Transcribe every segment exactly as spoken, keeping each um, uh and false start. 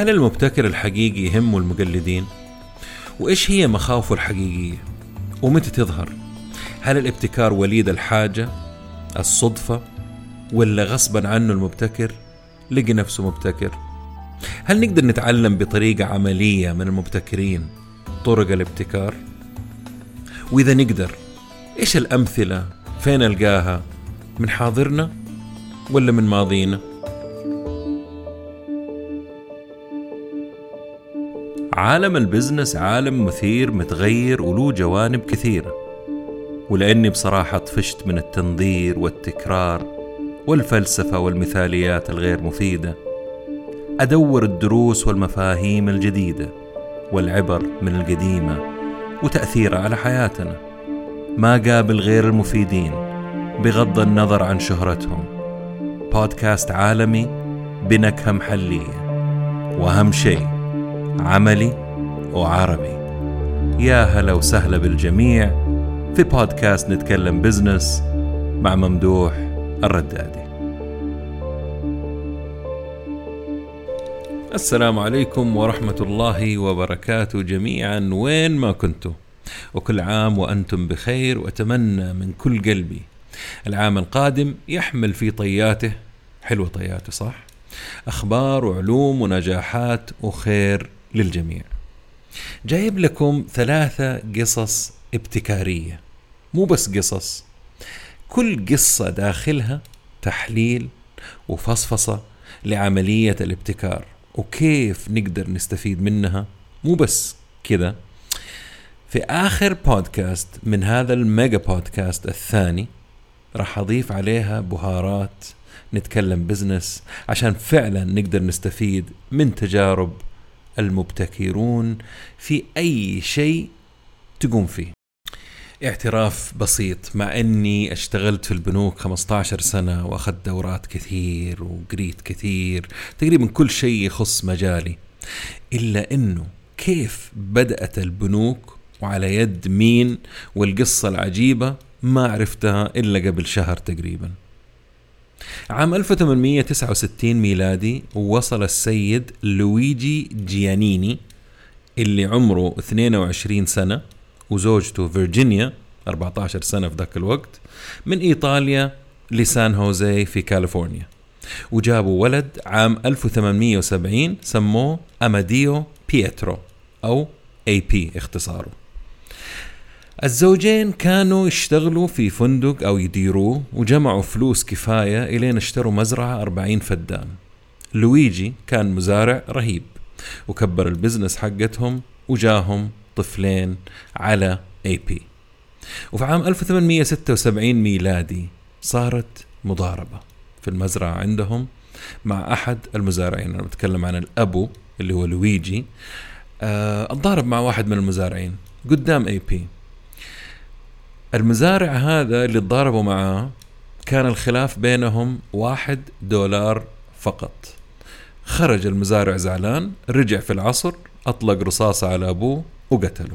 هل المبتكر الحقيقي يهمه المقلدين؟ وإيش هي مخاوفه الحقيقية؟ ومتى تظهر؟ هل الابتكار وليد الحاجة، الصدفة، ولا غصبا عنه المبتكر لقي نفسه مبتكر؟ هل نقدر نتعلم بطريقة عملية من المبتكرين طرق الابتكار؟ وإذا نقدر، إيش الأمثلة؟ فين ألقاها؟ من حاضرنا ولا من ماضينا؟ عالم البزنس عالم مثير متغير وله جوانب كثيرة، ولأني بصراحة طفشت من التنظير والتكرار والفلسفة والمثاليات الغير مفيدة، أدور الدروس والمفاهيم الجديدة والعبر من القديمة وتأثيرها على حياتنا. ما قابل غير المفيدين بغض النظر عن شهرتهم. بودكاست عالمي بنكهة محلية، وأهم شيء عملي وعربي. يا هلا وسهلا بالجميع في بودكاست نتكلم بزنس مع ممدوح الردادي. السلام عليكم ورحمة الله وبركاته جميعا وين ما كنتوا، وكل عام وأنتم بخير، وأتمنى من كل قلبي العام القادم يحمل في طياته، حلوة طياته صح، أخبار وعلوم ونجاحات وخير للجميع. جايب لكم ثلاثة قصص ابتكارية، مو بس قصص، كل قصة داخلها تحليل وفصفصة لعملية الابتكار وكيف نقدر نستفيد منها. مو بس كده، في آخر بودكاست من هذا الميجا بودكاست الثاني راح أضيف عليها بهارات نتكلم بزنس عشان فعلا نقدر نستفيد من تجارب المبتكرون في أي شيء تقوم فيه. اعتراف بسيط، مع أني اشتغلت في البنوك خمسة عشر سنة وأخذت دورات كثير وقريت كثير تقريبا كل شيء يخص مجالي، إلا أنه كيف بدأت البنوك وعلى يد مين والقصة العجيبة ما عرفتها إلا قبل شهر تقريبا. عام ألف وثمانمائة وتسعة وستين ميلادي وصل السيد لويجي جيانيني اللي عمره اثنين وعشرين سنة وزوجته فيرجينيا أربعة عشر سنة في ذاك الوقت من إيطاليا لسان هوزي في كاليفورنيا، وجابوا ولد عام ألف وثمانمائة وسبعين سموه أماديو بيترو أو إيه بي اختصاره. الزوجين كانوا يشتغلوا في فندق أو يديروه، وجمعوا فلوس كفاية إلين اشتروا مزرعة أربعين فدان. لويجي كان مزارع رهيب وكبر البزنس حقتهم وجاهم طفلين على إيه بي. وفي عام ألف وثمانمائة وستة وسبعين ميلادي صارت مضاربة في المزرعة عندهم مع أحد المزارعين. أنا بتكلم عن الأبو اللي هو لويجي، آه الضارب مع واحد من المزارعين قدام إيه بي. المزارع هذا اللي تضاربوا معاه كان الخلاف بينهم واحد دولار فقط. خرج المزارع زعلان، رجع في العصر، أطلق رصاصة على أبوه وقتله.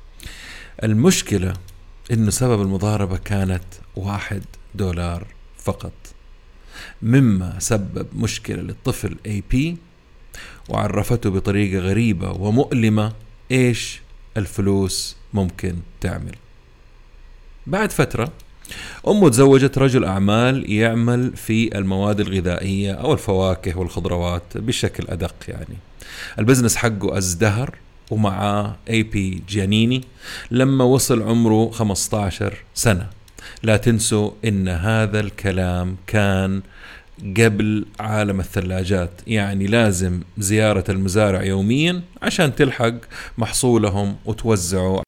المشكلة إنه سبب المضاربة كانت واحد دولار فقط، مما سبب مشكلة للطفل إيه بي وعرفته بطريقة غريبة ومؤلمة إيش الفلوس ممكن تعمل. بعد فترة أمه تزوجت رجل أعمال يعمل في المواد الغذائية أو الفواكه والخضروات بشكل أدق، يعني البزنس حقه ازدهر ومعاه إيه بي جيانيني لما وصل عمره خمسة عشر سنة. لا تنسوا إن هذا الكلام كان قبل عالم الثلاجات، يعني لازم زيارة المزارع يوميا عشان تلحق محصولهم وتوزعه.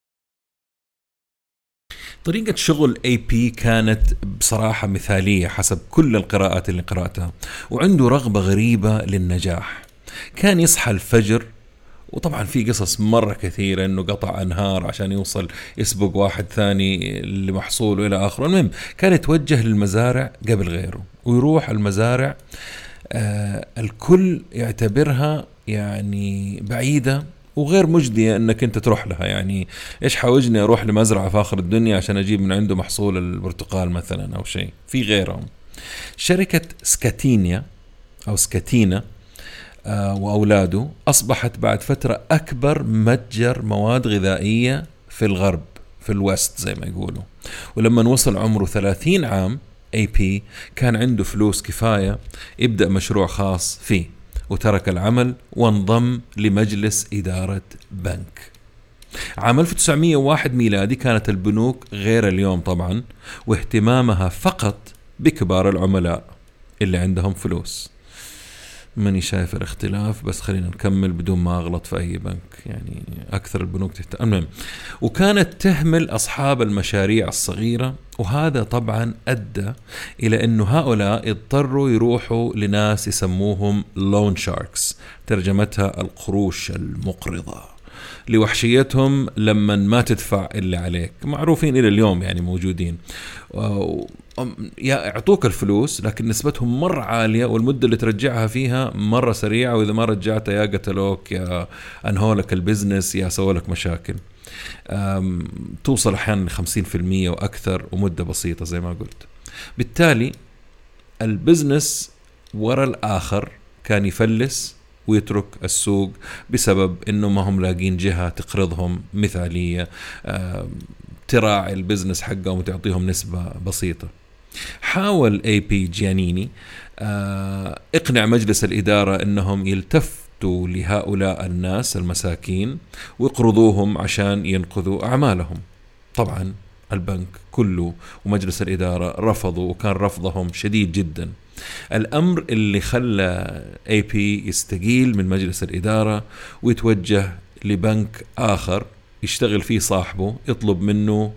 طريقة شغل إيه بي كانت بصراحة مثالية حسب كل القراءات اللي قرأتها، وعنده رغبة غريبة للنجاح. كان يصحى الفجر، وطبعا في قصص مرة كثيرة انه قطع انهار عشان يوصل يسبق واحد ثاني لمحصوله الى اخره. المهم كان يتوجه للمزارع قبل غيره ويروح المزارع آه الكل يعتبرها يعني بعيدة وغير مجدية انك انت تروح لها. يعني ايش حاوجني اروح لمزرعة في اخر الدنيا عشان اجيب من عنده محصول البرتقال مثلا او شيء في غيرهم. شركة سكاتينيا او سكاتينا وأولاده أصبحت بعد فترة أكبر متجر مواد غذائية في الغرب، في الوست زي ما يقولوا. ولما وصل عمره ثلاثين عام إيه بي كان عنده فلوس كفاية يبدأ مشروع خاص فيه، وترك العمل وانضم لمجلس إدارة بنك. عام ألف وتسعمائة وواحد ميلادي كانت البنوك غير اليوم طبعا، واهتمامها فقط بكبار العملاء اللي عندهم فلوس. ماني شايف الاختلاف، بس خلينا نكمل بدون ما أغلط في أي بنك، يعني أكثر البنوك تهتم. المهم، وكانت تهمل أصحاب المشاريع الصغيرة، وهذا طبعا أدى إلى أنه هؤلاء اضطروا يروحوا لناس يسموهم لون شاركس، ترجمتها القروش المقرضة، لوحشيتهم لما ما تدفع اللي عليك. معروفين إلى اليوم، يعني موجودين، يعطوك الفلوس لكن نسبتهم مرة عالية، والمدة اللي ترجعها فيها مرة سريعة، وإذا ما رجعتها يا قتلوك يا أنهولك البزنس يا سوالك مشاكل. توصل أحيانا خمسين في المية وأكثر، ومدة بسيطة زي ما قلت. بالتالي البزنس ورا الآخر كان يفلس ويترك السوق بسبب إنه ما هم لاقين جهة تقرضهم مثالية تراعي البزنس حقهم وتعطيهم نسبة بسيطة. حاول إيه بي جيانيني اقنع مجلس الإدارة إنهم يلتفتوا لهؤلاء الناس المساكين ويقرضوهم عشان ينقذوا أعمالهم. طبعا البنك كله ومجلس الإدارة رفضوا، وكان رفضهم شديد جدا. الأمر اللي خلى إيه بي يستقيل من مجلس الإدارة ويتوجه لبنك آخر يشتغل فيه صاحبه، يطلب منه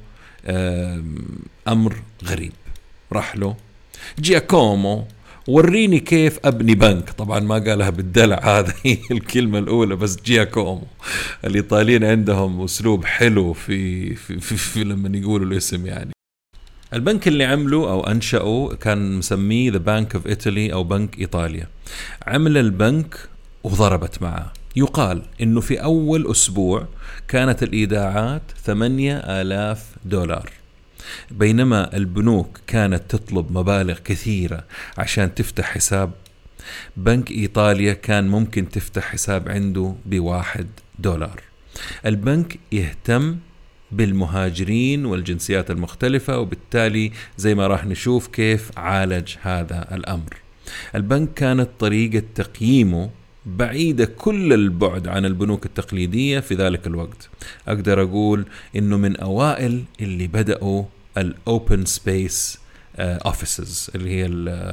أمر غريب. راح له جياكومو، وريني كيف أبني بنك. طبعا ما قالها بالدلع، هذه الكلمة الأولى، بس جياكومو. الإيطاليين عندهم أسلوب حلو في, في, في, في لما يقولوا الاسم. يعني البنك اللي عمله أو أنشأه كان مسميه The Bank of Italy أو بنك إيطاليا. عمل البنك وضربت معه. يقال إنه في أول أسبوع كانت الإيداعات ثمانية آلاف دولار، بينما البنوك كانت تطلب مبالغ كثيرة عشان تفتح حساب. بنك إيطاليا كان ممكن تفتح حساب عنده بواحد دولار. البنك يهتم بالمهاجرين والجنسيات المختلفة، وبالتالي زي ما راح نشوف كيف عالج هذا الأمر. البنك كانت طريقة تقييمه بعيدة كل البعد عن البنوك التقليدية في ذلك الوقت. أقدر أقول إنه من أوائل اللي بدأوا الأوبن سبيس أوفيسز، اللي هي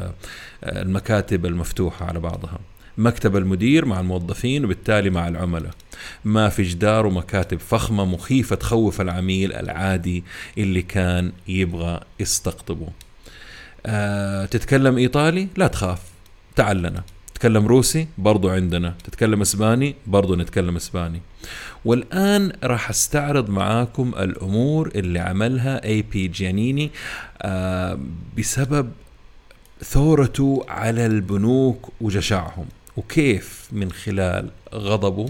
المكاتب المفتوحة على بعضها، مكتب المدير مع الموظفين وبالتالي مع العملاء، ما في جدار ومكاتب فخمة مخيفة تخوف العميل العادي اللي كان يبغى يستقطبه. أه تتكلم إيطالي؟ لا تخاف، تعال لنا. تتكلم روسي؟ برضو عندنا. تتكلم إسباني؟ برضو نتكلم إسباني. والآن راح استعرض معاكم الأمور اللي عملها إيه بي جيانيني أه بسبب ثورته على البنوك وجشعهم، وكيف من خلال غضبه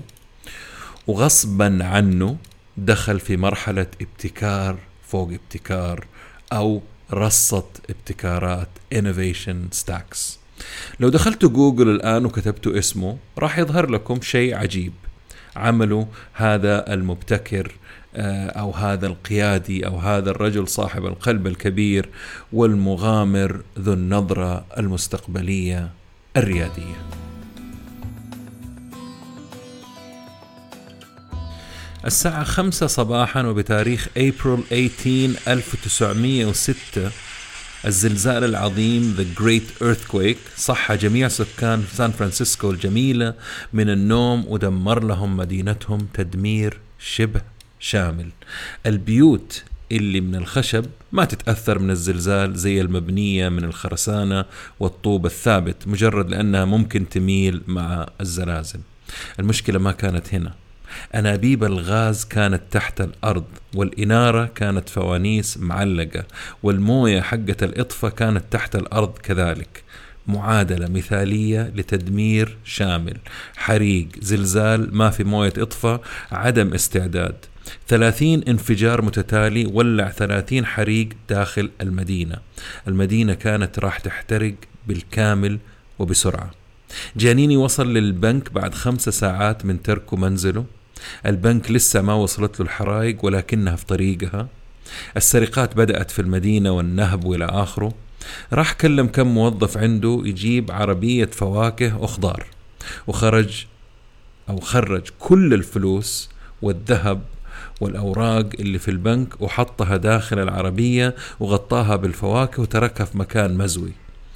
وغصبا عنه دخل في مرحلة ابتكار فوق ابتكار، أو رصة ابتكارات innovation stacks. لو دخلتوا جوجل الآن وكتبتوا اسمه راح يظهر لكم شيء عجيب عمله هذا المبتكر أو هذا القيادي أو هذا الرجل صاحب القلب الكبير والمغامر ذو النظرة المستقبلية الريادية. الساعة خمسة صباحا وبتاريخ أبريل ثمانية عشر ألف وتسعمائة وستة، الزلزال العظيم The Great Earthquake صح جميع سكان سان فرانسيسكو الجميلة من النوم ودمر لهم مدينتهم تدمير شبه شامل. البيوت اللي من الخشب ما تتأثر من الزلزال زي المبنية من الخرسانة والطوب الثابت، مجرد لأنها ممكن تميل مع الزلازل. المشكلة ما كانت هنا، أنابيب الغاز كانت تحت الأرض، والإنارة كانت فوانيس معلقة، والموية حقة الإطفاء كانت تحت الأرض كذلك. معادلة مثالية لتدمير شامل. حريق، زلزال، ما في موية إطفاء، عدم استعداد. ثلاثين انفجار متتالي ولع ثلاثين حريق داخل المدينة. المدينة كانت راح تحترق بالكامل وبسرعة. جانيني وصل للبنك بعد خمسة ساعات من تركه منزله. البنك لسه ما وصلت له الحرائق ولكنها في طريقها. السرقات بدأت في المدينة والنهب وإلى آخره. راح كلم كم موظف عنده يجيب عربية فواكه وخضار، وخرج أو خرج كل الفلوس والذهب والأوراق اللي في البنك وحطها داخل العربية وغطاها بالفواكه وتركها في مكان مزوي.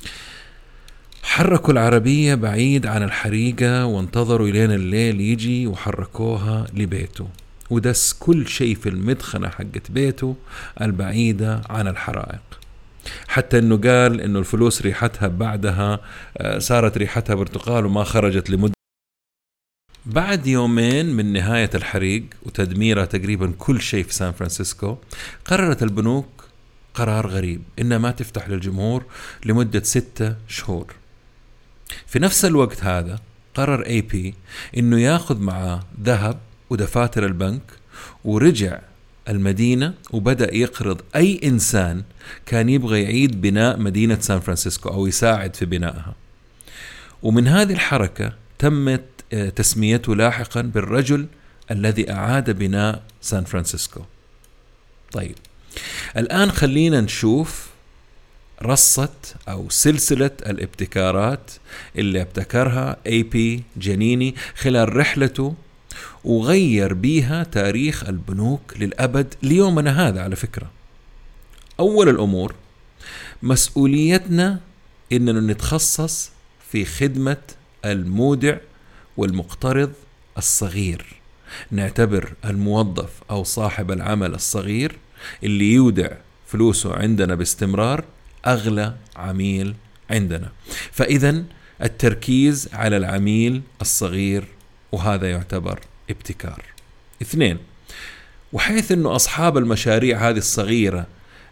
حركوا العربية بعيد عن الحريقة وانتظروا إلين الليل يجي وحركوها لبيته، ودس كل شيء في المدخنة حقت بيته البعيدة عن الحرائق. حتى انه قال انه الفلوس ريحتها بعدها صارت ريحتها برتقال وما خرجت لمدة. بعد يومين من نهاية الحريق وتدميرها تقريبا كل شيء في سان فرانسيسكو، قررت البنوك قرار غريب إنها ما تفتح للجمهور لمدة ستة شهور. في نفس الوقت هذا قرر اي بي إنه ياخذ معه ذهب ودفاتر البنك، ورجع المدينة وبدأ يقرض أي إنسان كان يبغى يعيد بناء مدينة سان فرانسيسكو أو يساعد في بنائها. ومن هذه الحركة تمت تسميته لاحقا بالرجل الذي أعاد بناء سان فرانسيسكو. طيب الآن خلينا نشوف رصة أو سلسلة الابتكارات اللي ابتكرها اي بي جانيني خلال رحلته، وغير بيها تاريخ البنوك للأبد ليومنا هذا. على فكرة، أول الأمور مسؤوليتنا إننا نتخصص في خدمة المودع والمقترض الصغير. نعتبر الموظف أو صاحب العمل الصغير اللي يودع فلوسه عندنا باستمرار أغلى عميل عندنا. فإذا التركيز على العميل الصغير، وهذا يعتبر ابتكار. اثنين، وحيث أنه أصحاب المشاريع هذه الصغيرة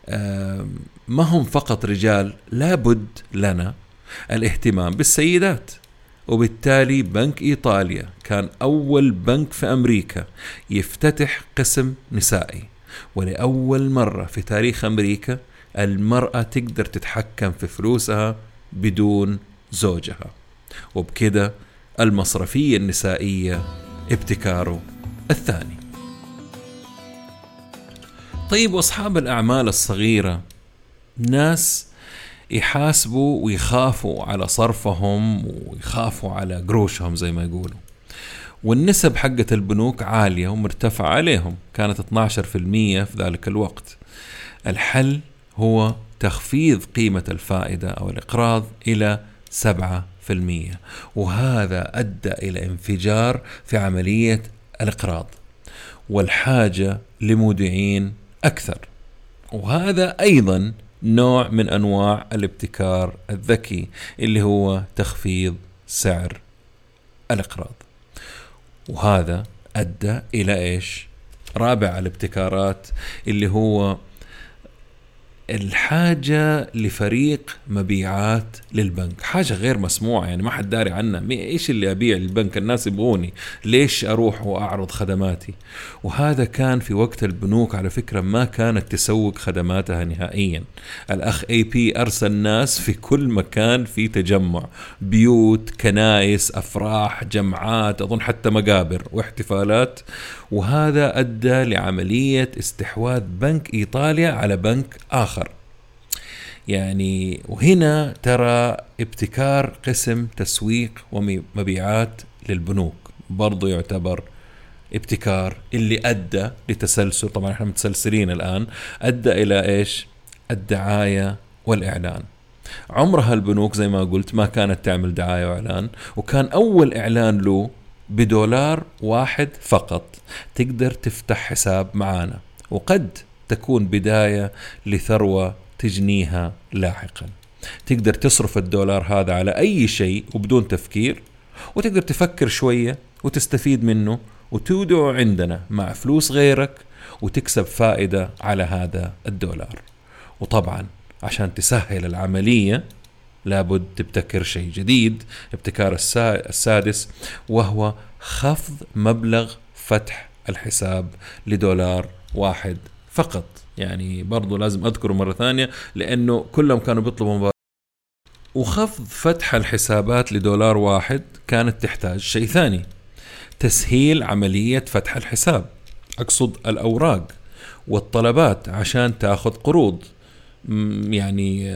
ما هم فقط رجال، لابد لنا الاهتمام بالسيدات. وبالتالي بنك إيطاليا كان أول بنك في أمريكا يفتتح قسم نسائي، ولأول مرة في تاريخ أمريكا المرأة تقدر تتحكم في فلوسها بدون زوجها. وبكده المصرفية النسائية ابتكاره الثاني. طيب، وأصحاب الأعمال الصغيرة ناس يحاسبوا ويخافوا على صرفهم ويخافوا على قروشهم زي ما يقولوا، والنسب حقة البنوك عالية ومرتفعة عليهم، كانت اثنا عشر بالمئة في ذلك الوقت. الحل هو تخفيض قيمة الفائدة أو الإقراض إلى سبعة بالمئة، وهذا أدى إلى انفجار في عملية الإقراض والحاجة لمودعين أكثر. وهذا أيضا نوع من أنواع الابتكار الذكي اللي هو تخفيض سعر الإقراض. وهذا أدى إلى إيش؟ رابع الابتكارات اللي هو الحاجة لفريق مبيعات للبنك. حاجة غير مسموعة، يعني ما حد داري عنها. إيش اللي أبيع للبنك؟ الناس يبغوني، ليش أروح وأعرض خدماتي؟ وهذا كان في وقت البنوك على فكرة ما كانت تسوق خدماتها نهائيا. الأخ اي بي أرسل ناس في كل مكان، في تجمع، بيوت، كنائس، أفراح، جمعات، أظن حتى مقابر واحتفالات. وهذا أدى لعملية استحواذ بنك إيطاليا على بنك آخر. يعني وهنا ترى ابتكار قسم تسويق ومبيعات للبنوك برضو يعتبر ابتكار اللي أدى لتسلسل. طبعا احنا متسلسلين الآن. أدى إلى إيش؟ الدعاية والإعلان. عمرها البنوك زي ما قلت ما كانت تعمل دعاية وإعلان، وكان أول إعلان له بدولار واحد فقط تقدر تفتح حساب معانا، وقد تكون بداية لثروة تجنيها لاحقا. تقدر تصرف الدولار هذا على أي شيء وبدون تفكير، وتقدر تفكر شوية وتستفيد منه وتودعه عندنا مع فلوس غيرك وتكسب فائدة على هذا الدولار. وطبعا عشان تسهل العملية لابد تبتكر شيء جديد، ابتكار السادس، وهو خفض مبلغ فتح الحساب لدولار واحد فقط. يعني برضو لازم أذكره مرة ثانية لأنه كلهم كانوا بيطلبوا مبالغ. وخفض فتح الحسابات لدولار واحد كانت تحتاج شيء ثاني، تسهيل عملية فتح الحساب، أقصد الأوراق والطلبات عشان تأخذ قروض. يعني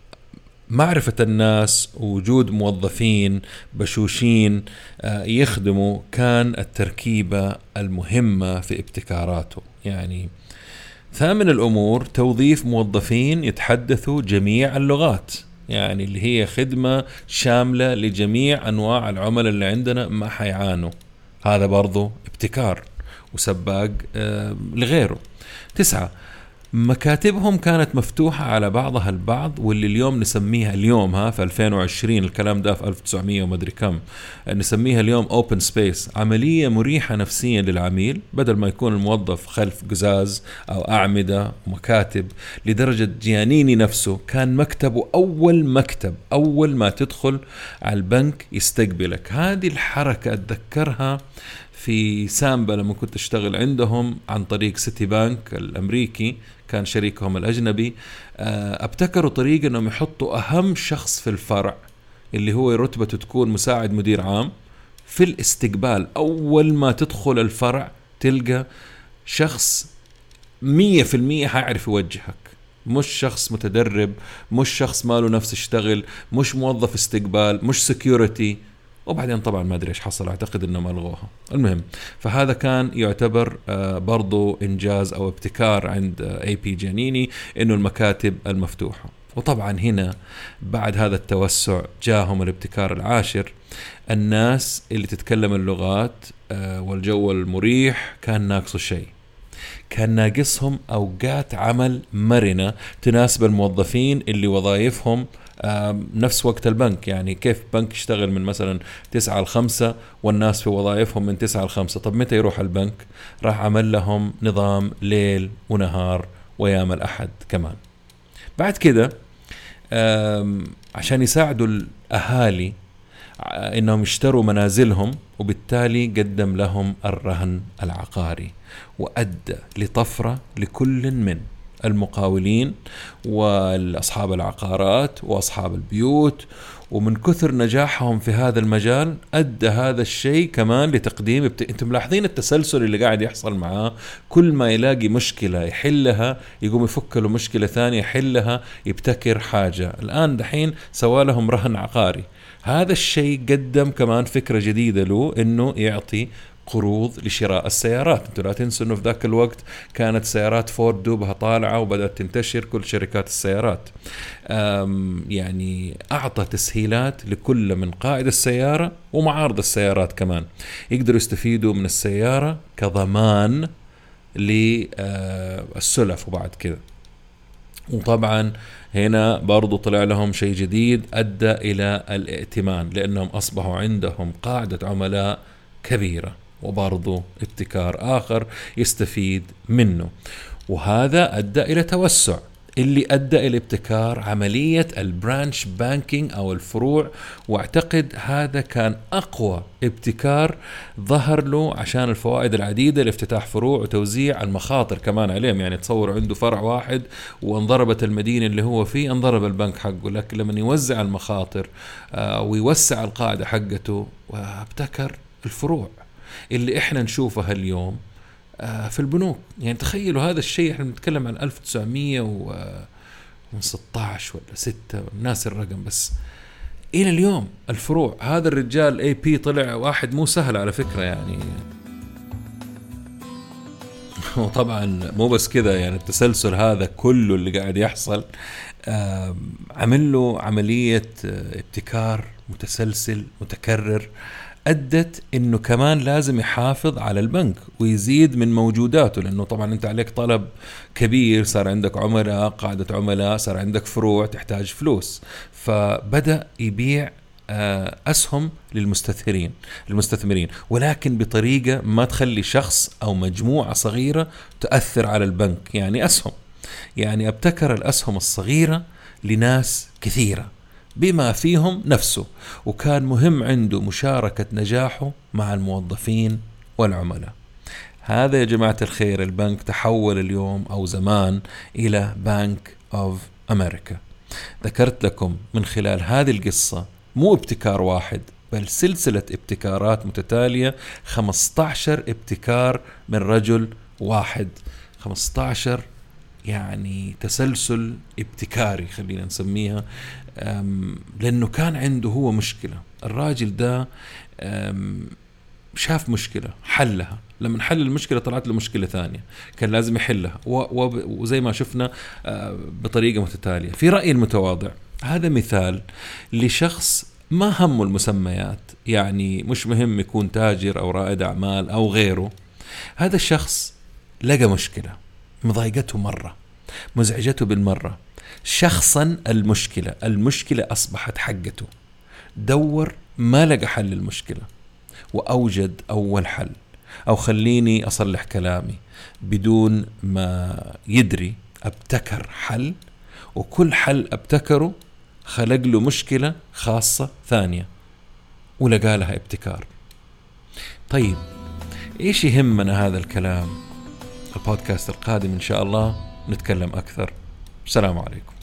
معرفة الناس ووجود موظفين بشوشين يخدموا كان التركيبة المهمة في ابتكاراته. يعني ثامن الأمور توظيف موظفين يتحدثوا جميع اللغات، يعني اللي هي خدمة شاملة لجميع أنواع العملاء اللي عندنا ما حيعانوا. هذا برضو ابتكار وسباق آه لغيره. تسعة، مكاتبهم كانت مفتوحة على بعضها البعض، واللي اليوم نسميها اليوم ها في ألفين وعشرين، الكلام ده في ألف وتسعمية ومدري كم، نسميها اليوم open space. عملية مريحة نفسيا للعميل، بدل ما يكون الموظف خلف قزاز أو أعمدة ومكاتب. لدرجة جيانيني نفسه كان مكتبه أول مكتب أول ما تدخل على البنك يستقبلك. هذه الحركة أتذكرها في سامبا لما كنت أشتغل عندهم عن طريق سيتي بانك الأمريكي، كان شريكهم الأجنبي. ابتكروا طريقة أنهم يحطوا أهم شخص في الفرع اللي هو رتبته تكون مساعد مدير عام في الاستقبال. أول ما تدخل الفرع تلقى شخص مية في المية حيعرف يوجهك، مش شخص متدرب، مش شخص ماله نفس يشتغل، مش موظف استقبال، مش سكيورتي. وبعدين طبعا ما أدري إيش حصل، أعتقد إنهم ألغوها. المهم، فهذا كان يعتبر برضو إنجاز أو ابتكار عند اي بي جانيني، إنه المكاتب المفتوحة. وطبعا هنا بعد هذا التوسع جاهم الابتكار العاشر، الناس اللي تتكلم اللغات والجو المريح كان ناقصه شيء، كان ناقصهم أوقات عمل مرنة تناسب الموظفين اللي وظائفهم نفس وقت البنك. يعني كيف بنك يشتغل من مثلا تسعة لخمسة والناس في وظائفهم من تسعة لخمسة، طب متى يروح البنك؟ راح عمل لهم نظام ليل ونهار ويام الأحد كمان. بعد كده عشان يساعدوا الأهالي إنهم يشتروا منازلهم، وبالتالي قدم لهم الرهن العقاري، وأدى لطفرة لكل من المقاولين والأصحاب العقارات وأصحاب البيوت. ومن كثر نجاحهم في هذا المجال أدى هذا الشيء كمان لتقديم بت... انتم ملاحظين التسلسل اللي قاعد يحصل معاه، كل ما يلاقي مشكلة يحلها يقوم يفك له مشكلة ثانية يحلها، يبتكر حاجة. الآن دحين سوى لهم رهن عقاري. هذا الشيء قدم كمان فكرة جديدة له، إنه يعطي قروض لشراء السيارات. انتوا لا تنسوا انه في ذاك الوقت كانت سيارات فورد دوبها طالعة وبدأت تنتشر كل شركات السيارات. يعني أعطى تسهيلات لكل من قائد السيارة ومعارض السيارات كمان، يقدروا يستفيدوا من السيارة كضمان للسلف. وبعد كده وطبعا هنا برضو طلع لهم شيء جديد أدى إلى الائتمان، لأنهم أصبحوا عندهم قاعدة عملاء كبيرة، وبرضو ابتكار آخر يستفيد منه. وهذا أدى إلى توسع اللي أدى إلى ابتكار عملية البرانش بانكينج أو الفروع. واعتقد هذا كان أقوى ابتكار ظهر له عشان الفوائد العديدة لافتتاح فروع وتوزيع المخاطر كمان عليهم. يعني تصور عنده فرع واحد وانضربت المدينة اللي هو فيه، انضرب البنك حقه، لكن لما يوزع المخاطر ويوسع القاعدة حقته وابتكر الفروع اللي احنا نشوفها اليوم في البنوك. يعني تخيلوا هذا الشيء، احنا بنتكلم عن ألف وتسعمية وستة عشر ولا ستة، الناس الرقم بس إلى اليوم الفروع. هذا الرجال اي بي طلع واحد مو سهل على فكرة يعني. وطبعا مو بس كذا، يعني التسلسل هذا كله اللي قاعد يحصل عمل له عملية ابتكار متسلسل متكرر، أدت إنه كمان لازم يحافظ على البنك ويزيد من موجوداته، لأنه طبعا أنت عليك طلب كبير، صار عندك عملاء، قاعدة عملاء، صار عندك فروع تحتاج فلوس. فبدأ يبيع أسهم للمستثمرين المستثمرين ولكن بطريقة ما تخلي شخص أو مجموعة صغيرة تؤثر على البنك. يعني أسهم، يعني ابتكر الأسهم الصغيرة لناس كثيرة بما فيهم نفسه، وكان مهم عنده مشاركة نجاحه مع الموظفين والعملاء. هذا يا جماعة الخير البنك تحول اليوم أو زمان إلى بنك أوف أمريكا. ذكرت لكم من خلال هذه القصة مو ابتكار واحد بل سلسلة ابتكارات متتالية، خمسة عشر ابتكار من رجل واحد، خمسة عشر يعني تسلسل ابتكاري خلينا نسميها، لأنه كان عنده هو مشكلة. الراجل ده شاف مشكلة حلها، لما حل المشكلة طلعت له مشكلة ثانية كان لازم يحلها، وزي ما شفنا بطريقة متتالية. في رأيي المتواضع هذا مثال لشخص ما همه المسميات، يعني مش مهم يكون تاجر أو رائد أعمال أو غيره. هذا الشخص لقى مشكلة مضايقته مرة، مزعجته بالمرة، شخصا المشكلة المشكلة أصبحت حقته، دور ما لقى حل المشكلة وأوجد أول حل، أو خليني أصلح كلامي، بدون ما يدري ابتكر حل، وكل حل ابتكره خلق له مشكلة خاصة ثانية ولقى لها ابتكار. طيب إيش يهمنا هذا الكلام؟ البودكاست القادم إن شاء الله نتكلم أكثر. السلام عليكم.